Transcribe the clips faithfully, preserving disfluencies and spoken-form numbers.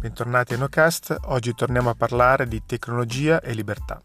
bentornati a NoCast. Oggi torniamo a parlare di tecnologia e libertà.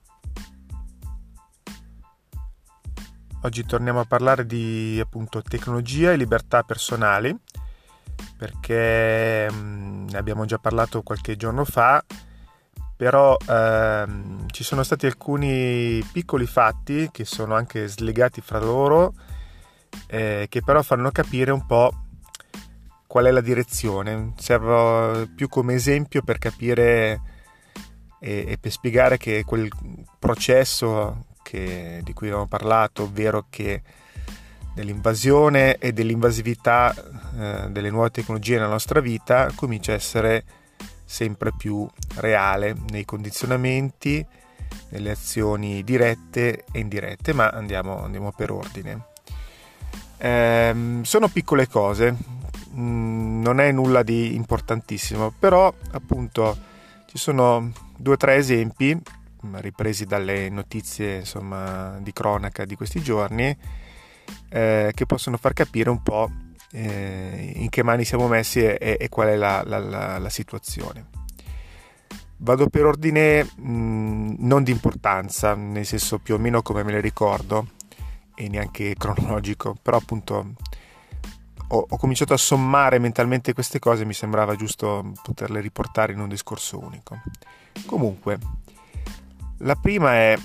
Oggi torniamo a parlare di appunto tecnologia e libertà personali, perché mh, ne abbiamo già parlato qualche giorno fa, però ehm, ci sono stati alcuni piccoli fatti che sono anche slegati fra loro, eh, che però fanno capire un po' qual è la direzione. Serve più come esempio per capire e, e per spiegare che quel processo che, di cui abbiamo parlato, ovvero che dell'invasione e dell'invasività eh, delle nuove tecnologie nella nostra vita comincia a essere sempre più reale nei condizionamenti, nelle azioni dirette e indirette, ma andiamo, andiamo per ordine. Eh, sono piccole cose, non è nulla di importantissimo, però appunto ci sono due o tre esempi ripresi dalle notizie, insomma, di cronaca di questi giorni, eh, che possono far capire un po' eh, in che mani siamo messi e, e qual è la, la, la, la situazione. Vado per ordine mh, non di importanza, nel senso più o meno come me le ricordo, e neanche cronologico, però appunto ho, ho cominciato a sommare mentalmente queste cose e mi sembrava giusto poterle riportare in un discorso unico. Comunque, la prima è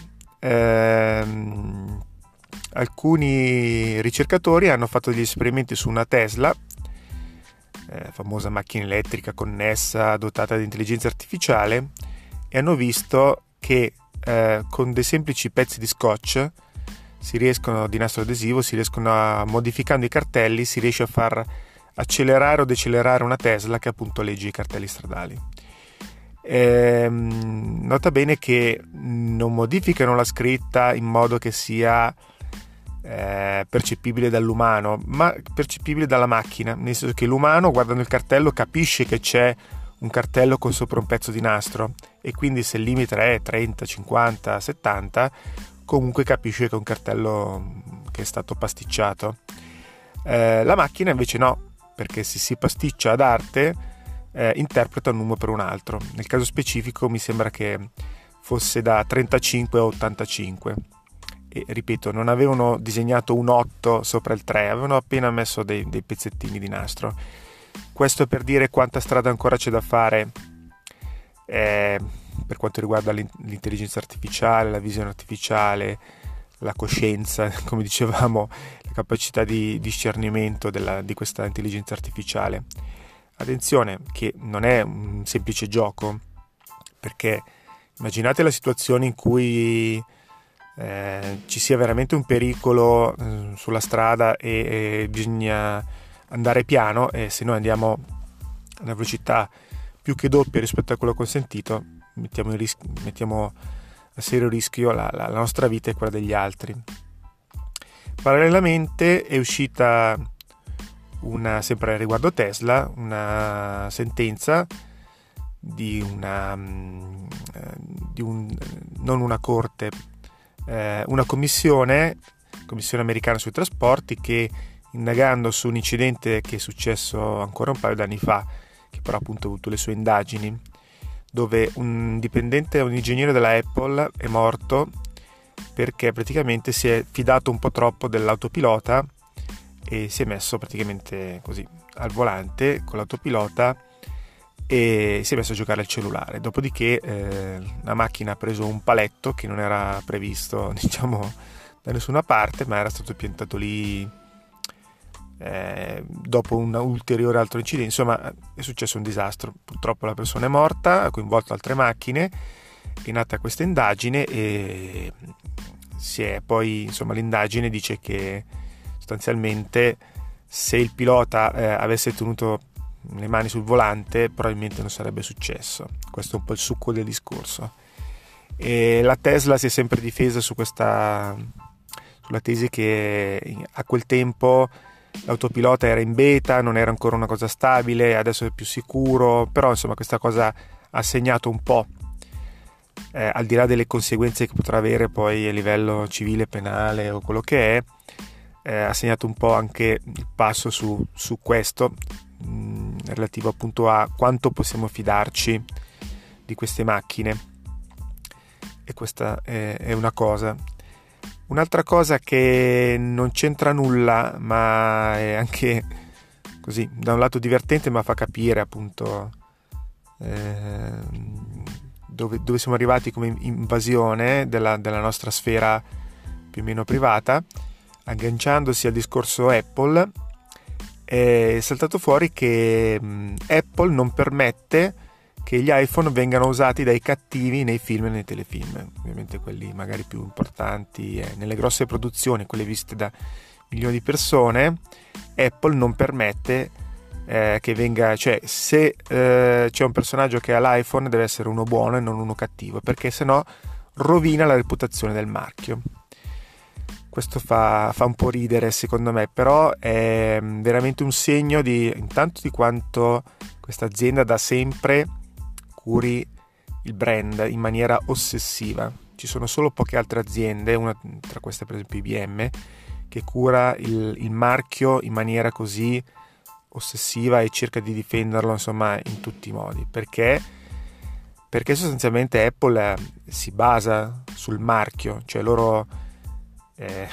ehm, alcuni ricercatori hanno fatto degli esperimenti su una Tesla, eh, famosa macchina elettrica connessa, dotata di intelligenza artificiale, e hanno visto che eh, con dei semplici pezzi di scotch si riescono, di nastro adesivo, si riescono a, modificando i cartelli, si riesce a far accelerare o decelerare una Tesla che appunto legge i cartelli stradali. Ehm, nota bene che non modificano la scritta in modo che sia eh, percepibile dall'umano, ma percepibile dalla macchina, nel senso che l'umano, guardando il cartello, capisce che c'è un cartello con sopra un pezzo di nastro, e quindi se il limite è trenta, cinquanta, settanta, comunque capisce che è un cartello che è stato pasticciato. Eh, la macchina invece no, perché se si pasticcia ad arte eh, interpreta un numero per un altro. Nel caso specifico mi sembra che fosse da trentacinque a ottantacinque, e ripeto, non avevano disegnato un otto sopra il tre, avevano appena messo dei, dei pezzettini di nastro. Questo per dire quanta strada ancora c'è da fare eh, per quanto riguarda l'intelligenza artificiale, la visione artificiale, la coscienza, come dicevamo, la capacità di discernimento della, di questa intelligenza artificiale. Attenzione che non è un semplice gioco, perché immaginate la situazione in cui eh, ci sia veramente un pericolo eh, sulla strada e, e bisogna andare piano, e se noi andiamo a una velocità più che doppia rispetto a quello consentito, mettiamo, in ris- mettiamo a serio rischio la, la, la nostra vita e quella degli altri. Parallelamente è uscita una, sempre riguardo Tesla, una sentenza di una di un, non una corte, eh, una commissione commissione americana sui trasporti, che, indagando su un incidente che è successo ancora un paio d'anni fa, che però appunto ha avuto le sue indagini, dove un dipendente, un ingegnere della Apple è morto perché praticamente si è fidato un po' troppo dell'autopilota e si è messo praticamente così al volante con l'autopilota e si è messo a giocare al cellulare. Dopodiché eh, la macchina ha preso un paletto che non era previsto, diciamo, da nessuna parte, ma era stato piantato lì Eh, dopo un ulteriore altro incidente. Insomma, è successo un disastro. Purtroppo la persona è morta, ha coinvolto altre macchine. È nata questa indagine e si è poi, insomma, l'indagine dice che sostanzialmente se il pilota eh, avesse tenuto le mani sul volante probabilmente non sarebbe successo. Questo è un po' il succo del discorso. E la Tesla si è sempre difesa su questa sulla tesi che a quel tempo l'autopilota era in beta, non era ancora una cosa stabile, adesso è più sicuro, però insomma questa cosa ha segnato un po', eh, al di là delle conseguenze che potrà avere poi a livello civile, penale o quello che è, eh, ha segnato un po' anche il passo su, su questo. relativo appunto a quanto possiamo fidarci di queste macchine, e questa è, è una cosa. Un'altra cosa che non c'entra nulla, ma è anche così da un lato divertente, ma fa capire appunto eh, dove, dove siamo arrivati come invasione della, della nostra sfera più o meno privata. Agganciandosi al discorso Apple, è saltato fuori che mh, Apple non permette che gli iPhone vengano usati dai cattivi nei film e nei telefilm, ovviamente quelli magari più importanti, eh, nelle grosse produzioni, quelle viste da milioni di persone. Apple non permette eh, che venga, cioè se eh, c'è un personaggio che ha l'iPhone deve essere uno buono e non uno cattivo, perché sennò rovina la reputazione del marchio. Questo fa, fa un po' ridere secondo me, però è veramente un segno di intanto di quanto questa azienda da sempre curi il brand in maniera ossessiva. Ci sono solo poche altre aziende, una tra queste per esempio I B M, che cura il, il marchio in maniera così ossessiva e cerca di difenderlo insomma in tutti i modi, perché perché sostanzialmente Apple eh, si basa sul marchio, cioè loro eh,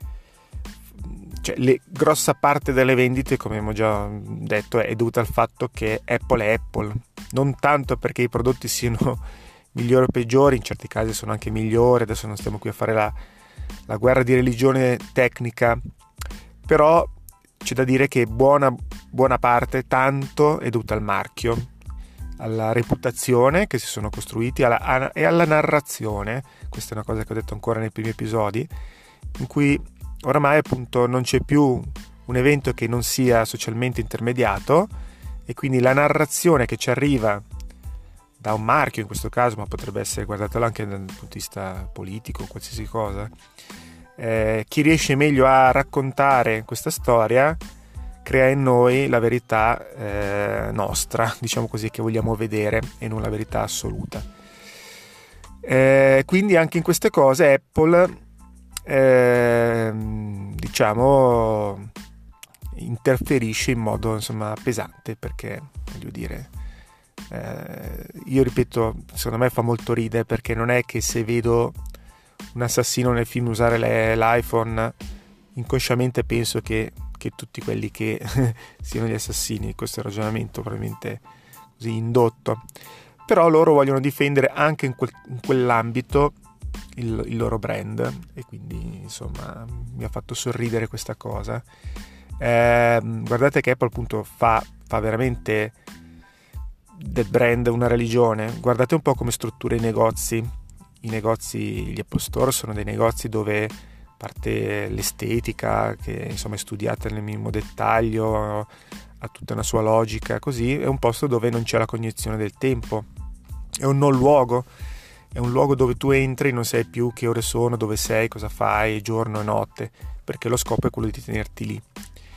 cioè le, grossa parte delle vendite, come abbiamo già detto, è dovuta al fatto che Apple è Apple, non tanto perché i prodotti siano migliori o peggiori, in certi casi sono anche migliori, adesso non stiamo qui a fare la, la guerra di religione tecnica, però c'è da dire che buona, buona parte, tanto è dovuta al marchio, alla reputazione che si sono costruiti alla, e alla narrazione. Questa è una cosa che ho detto ancora nei primi episodi, in cui oramai appunto non c'è più un evento che non sia socialmente intermediato, e quindi la narrazione che ci arriva da un marchio in questo caso, ma potrebbe essere, guardatelo anche dal punto di vista politico, qualsiasi cosa, eh, chi riesce meglio a raccontare questa storia crea in noi la verità eh, nostra, diciamo così, che vogliamo vedere, e non la verità assoluta. Eh, quindi anche in queste cose Apple eh, diciamo interferisce in modo insomma pesante, perché voglio dire eh, io ripeto, secondo me fa molto ridere, perché non è che se vedo un assassino nel film usare le, l'iPhone inconsciamente penso che, che tutti quelli che siano gli assassini. Questo è il ragionamento probabilmente così indotto, però loro vogliono difendere anche in, quel, in quell'ambito il, il loro brand, e quindi insomma mi ha fatto sorridere questa cosa. Eh, guardate che Apple appunto fa, fa veramente del brand una religione. Guardate un po' come struttura i negozi. I negozi, gli Apple Store sono dei negozi dove, a parte l'estetica che insomma è studiata nel minimo dettaglio, ha tutta una sua logica, così è un posto dove non c'è la cognizione del tempo, è un non luogo, è un luogo dove tu entri e non sai più che ore sono, dove sei, cosa fai, giorno e notte, perché lo scopo è quello di tenerti lì.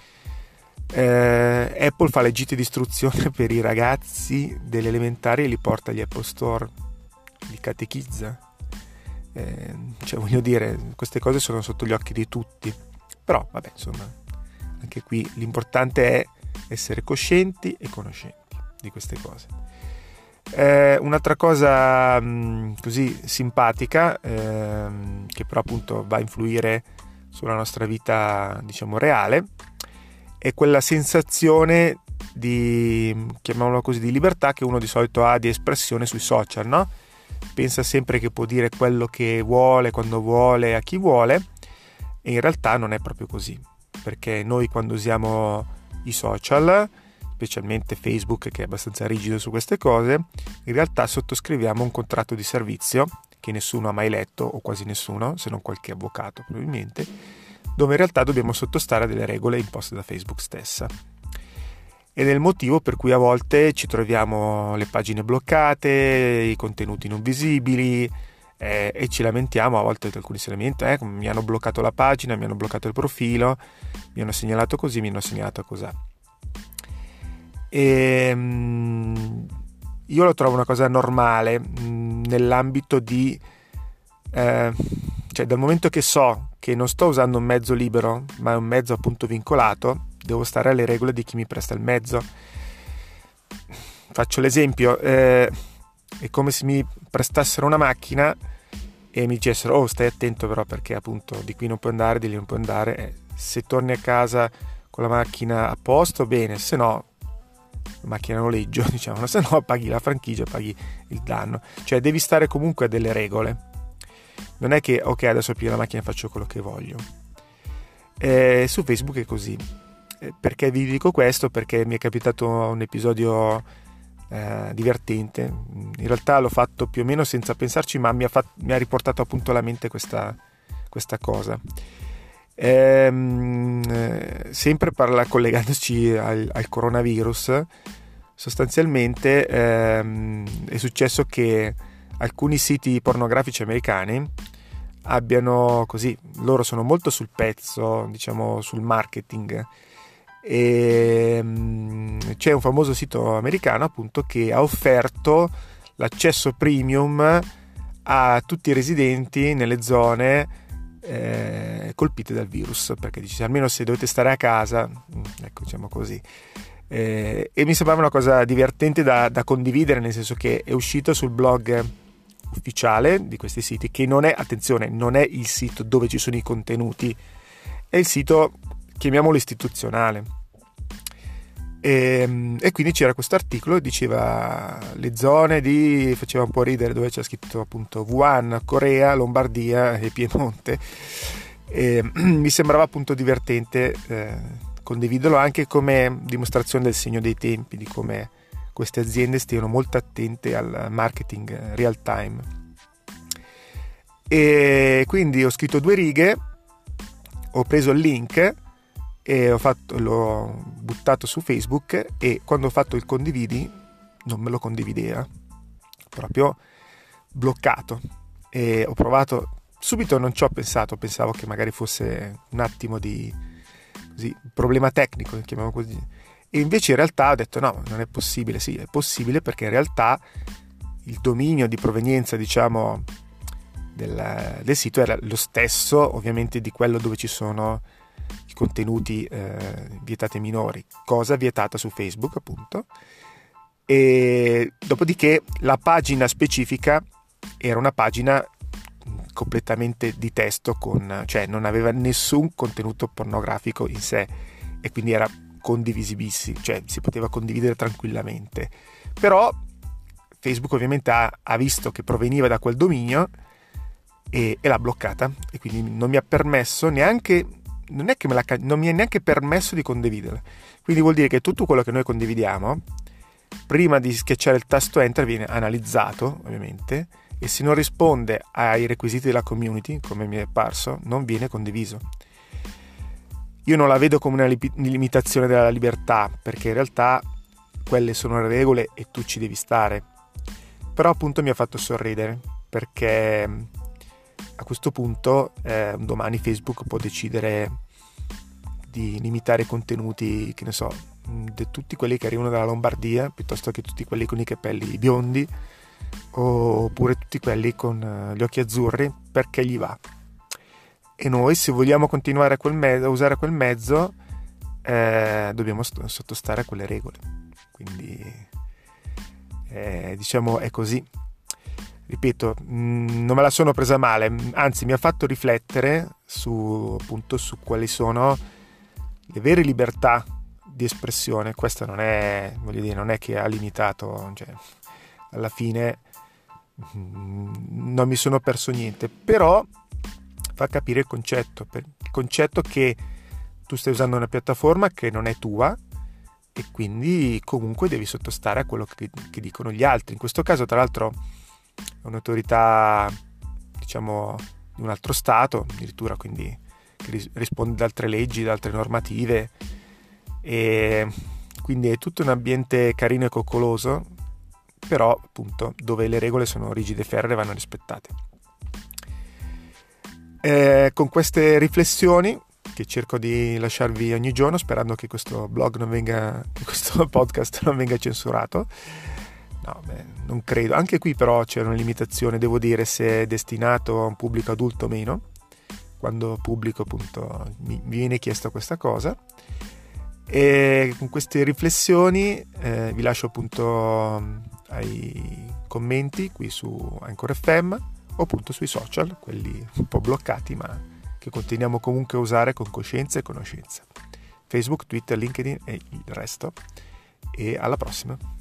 Eh, Apple fa le gite di istruzione per i ragazzi delle elementari e li porta agli Apple Store, li catechizza. Eh, cioè voglio dire, queste cose sono sotto gli occhi di tutti, però vabbè, insomma, anche qui l'importante è essere coscienti e conoscenti di queste cose. Eh, un'altra cosa mh, così simpatica, ehm, che però appunto va a influire sulla nostra vita, diciamo, reale, è quella sensazione di, chiamiamolo così, di libertà che uno di solito ha di espressione sui social, no? Pensa sempre che può dire quello che vuole, quando vuole, a chi vuole, e in realtà non è proprio così, perché noi quando usiamo i social, specialmente Facebook che è abbastanza rigido su queste cose, in realtà sottoscriviamo un contratto di servizio che nessuno ha mai letto, o quasi nessuno, se non qualche avvocato probabilmente, dove in realtà dobbiamo sottostare a delle regole imposte da Facebook stessa. Ed è il motivo per cui a volte ci troviamo le pagine bloccate, i contenuti non visibili, eh, e ci lamentiamo, a volte alcuni si lamentano, eh, mi hanno bloccato la pagina, mi hanno bloccato il profilo, mi hanno segnalato così, mi hanno segnalato così. E, mh, io lo trovo una cosa normale mh, nell'ambito di... Eh, cioè dal momento che so che non sto usando un mezzo libero, ma è un mezzo appunto vincolato, devo stare alle regole di chi mi presta il mezzo. faccio l'esempio, eh, è come se mi prestassero una macchina e mi dicessero: oh, stai attento però, perché appunto di qui non puoi andare, di lì non puoi andare, eh, se torni a casa con la macchina a posto, bene, se no macchina a noleggio, diciamo, se no paghi la franchigia, paghi il danno. Cioè devi stare comunque a delle regole, non è che ok, adesso piglio la macchina e faccio quello che voglio. Eh, su Facebook è così. Eh, perché vi dico questo? Perché mi è capitato un episodio eh, divertente, in realtà l'ho fatto più o meno senza pensarci, ma mi ha, fatto, mi ha riportato appunto alla mente questa, questa cosa. Ehm, eh, sempre parla, collegandoci al, al coronavirus, sostanzialmente ehm, è successo che alcuni siti pornografici americani abbiano, così, loro sono molto sul pezzo, diciamo sul marketing, e um, c'è un famoso sito americano appunto che ha offerto l'accesso premium a tutti i residenti nelle zone eh, colpite dal virus, perché dice almeno se dovete stare a casa, ecco, diciamo così. Eh, e mi sembrava una cosa divertente da, da condividere, nel senso che è uscito sul blog ufficiale di questi siti, che non è, attenzione, non è il sito dove ci sono i contenuti, è il sito, chiamiamolo istituzionale. E, e quindi c'era questo articolo che diceva le zone di, faceva un po' ridere, dove c'era scritto appunto Wuhan, Corea, Lombardia e Piemonte, e mi sembrava appunto divertente eh, condividerlo anche come dimostrazione del segno dei tempi, di come queste aziende stiano molto attente al marketing real time. E quindi ho scritto due righe, ho preso il link e ho fatto, l'ho buttato su Facebook, e quando ho fatto il condividi non me lo condivideva, proprio bloccato. E ho provato subito, non ci ho pensato, pensavo che magari fosse un attimo di così, problema tecnico, chiamiamolo così, e invece in realtà ho detto no, non è possibile. Sì, è possibile, perché in realtà il dominio di provenienza, diciamo, del, del sito era lo stesso ovviamente di quello dove ci sono i contenuti eh, vietati ai minori, cosa vietata su Facebook appunto. E dopodiché la pagina specifica era una pagina completamente di testo, con, cioè non aveva nessun contenuto pornografico in sé, e quindi era condivisibile, cioè si poteva condividere tranquillamente. Però Facebook ovviamente ha, ha visto che proveniva da quel dominio e, e l'ha bloccata, e quindi non mi ha permesso neanche, non è che me la, non mi ha neanche permesso di condividerla. Quindi vuol dire che tutto quello che noi condividiamo, prima di schiacciare il tasto enter, viene analizzato ovviamente, e se non risponde ai requisiti della community, come mi è parso, non viene condiviso. Io non la vedo come una limitazione della libertà, perché in realtà quelle sono le regole e tu ci devi stare. Però appunto mi ha fatto sorridere, perché a questo punto eh, domani Facebook può decidere di limitare i contenuti, che ne so, di tutti quelli che arrivano dalla Lombardia, piuttosto che tutti quelli con i capelli biondi, oppure tutti quelli con gli occhi azzurri, perché gli va. E noi, se vogliamo continuare a, quel mezzo, a usare quel mezzo, eh, dobbiamo st- sottostare a quelle regole. Quindi eh, diciamo è così. Ripeto, mh, non me la sono presa male, anzi mi ha fatto riflettere su, appunto, su quali sono le vere libertà di espressione. Questa non è, voglio dire, non è che ha limitato, cioè, alla fine mh, non mi sono perso niente, però fa capire il concetto, il concetto che tu stai usando una piattaforma che non è tua, e quindi comunque devi sottostare a quello che, che dicono gli altri. In questo caso, tra l'altro, è un'autorità, diciamo, di un altro stato, addirittura, quindi che risponde ad altre leggi, ad altre normative, e quindi è tutto un ambiente carino e coccoloso, però appunto dove le regole sono rigide e ferree, vanno rispettate. Eh, con queste riflessioni che cerco di lasciarvi ogni giorno, sperando che questo blog non venga, che questo podcast non venga censurato. No, beh, non credo. Anche qui però c'è una limitazione, devo dire, se è destinato a un pubblico adulto o meno. Quando pubblico, appunto, mi, mi viene chiesto questa cosa. E con queste riflessioni eh, vi lascio appunto ai commenti qui su Anchor F M o appunto sui social, quelli un po' bloccati ma che continuiamo comunque a usare con coscienza e conoscenza. Facebook, Twitter, LinkedIn e il resto. E alla prossima!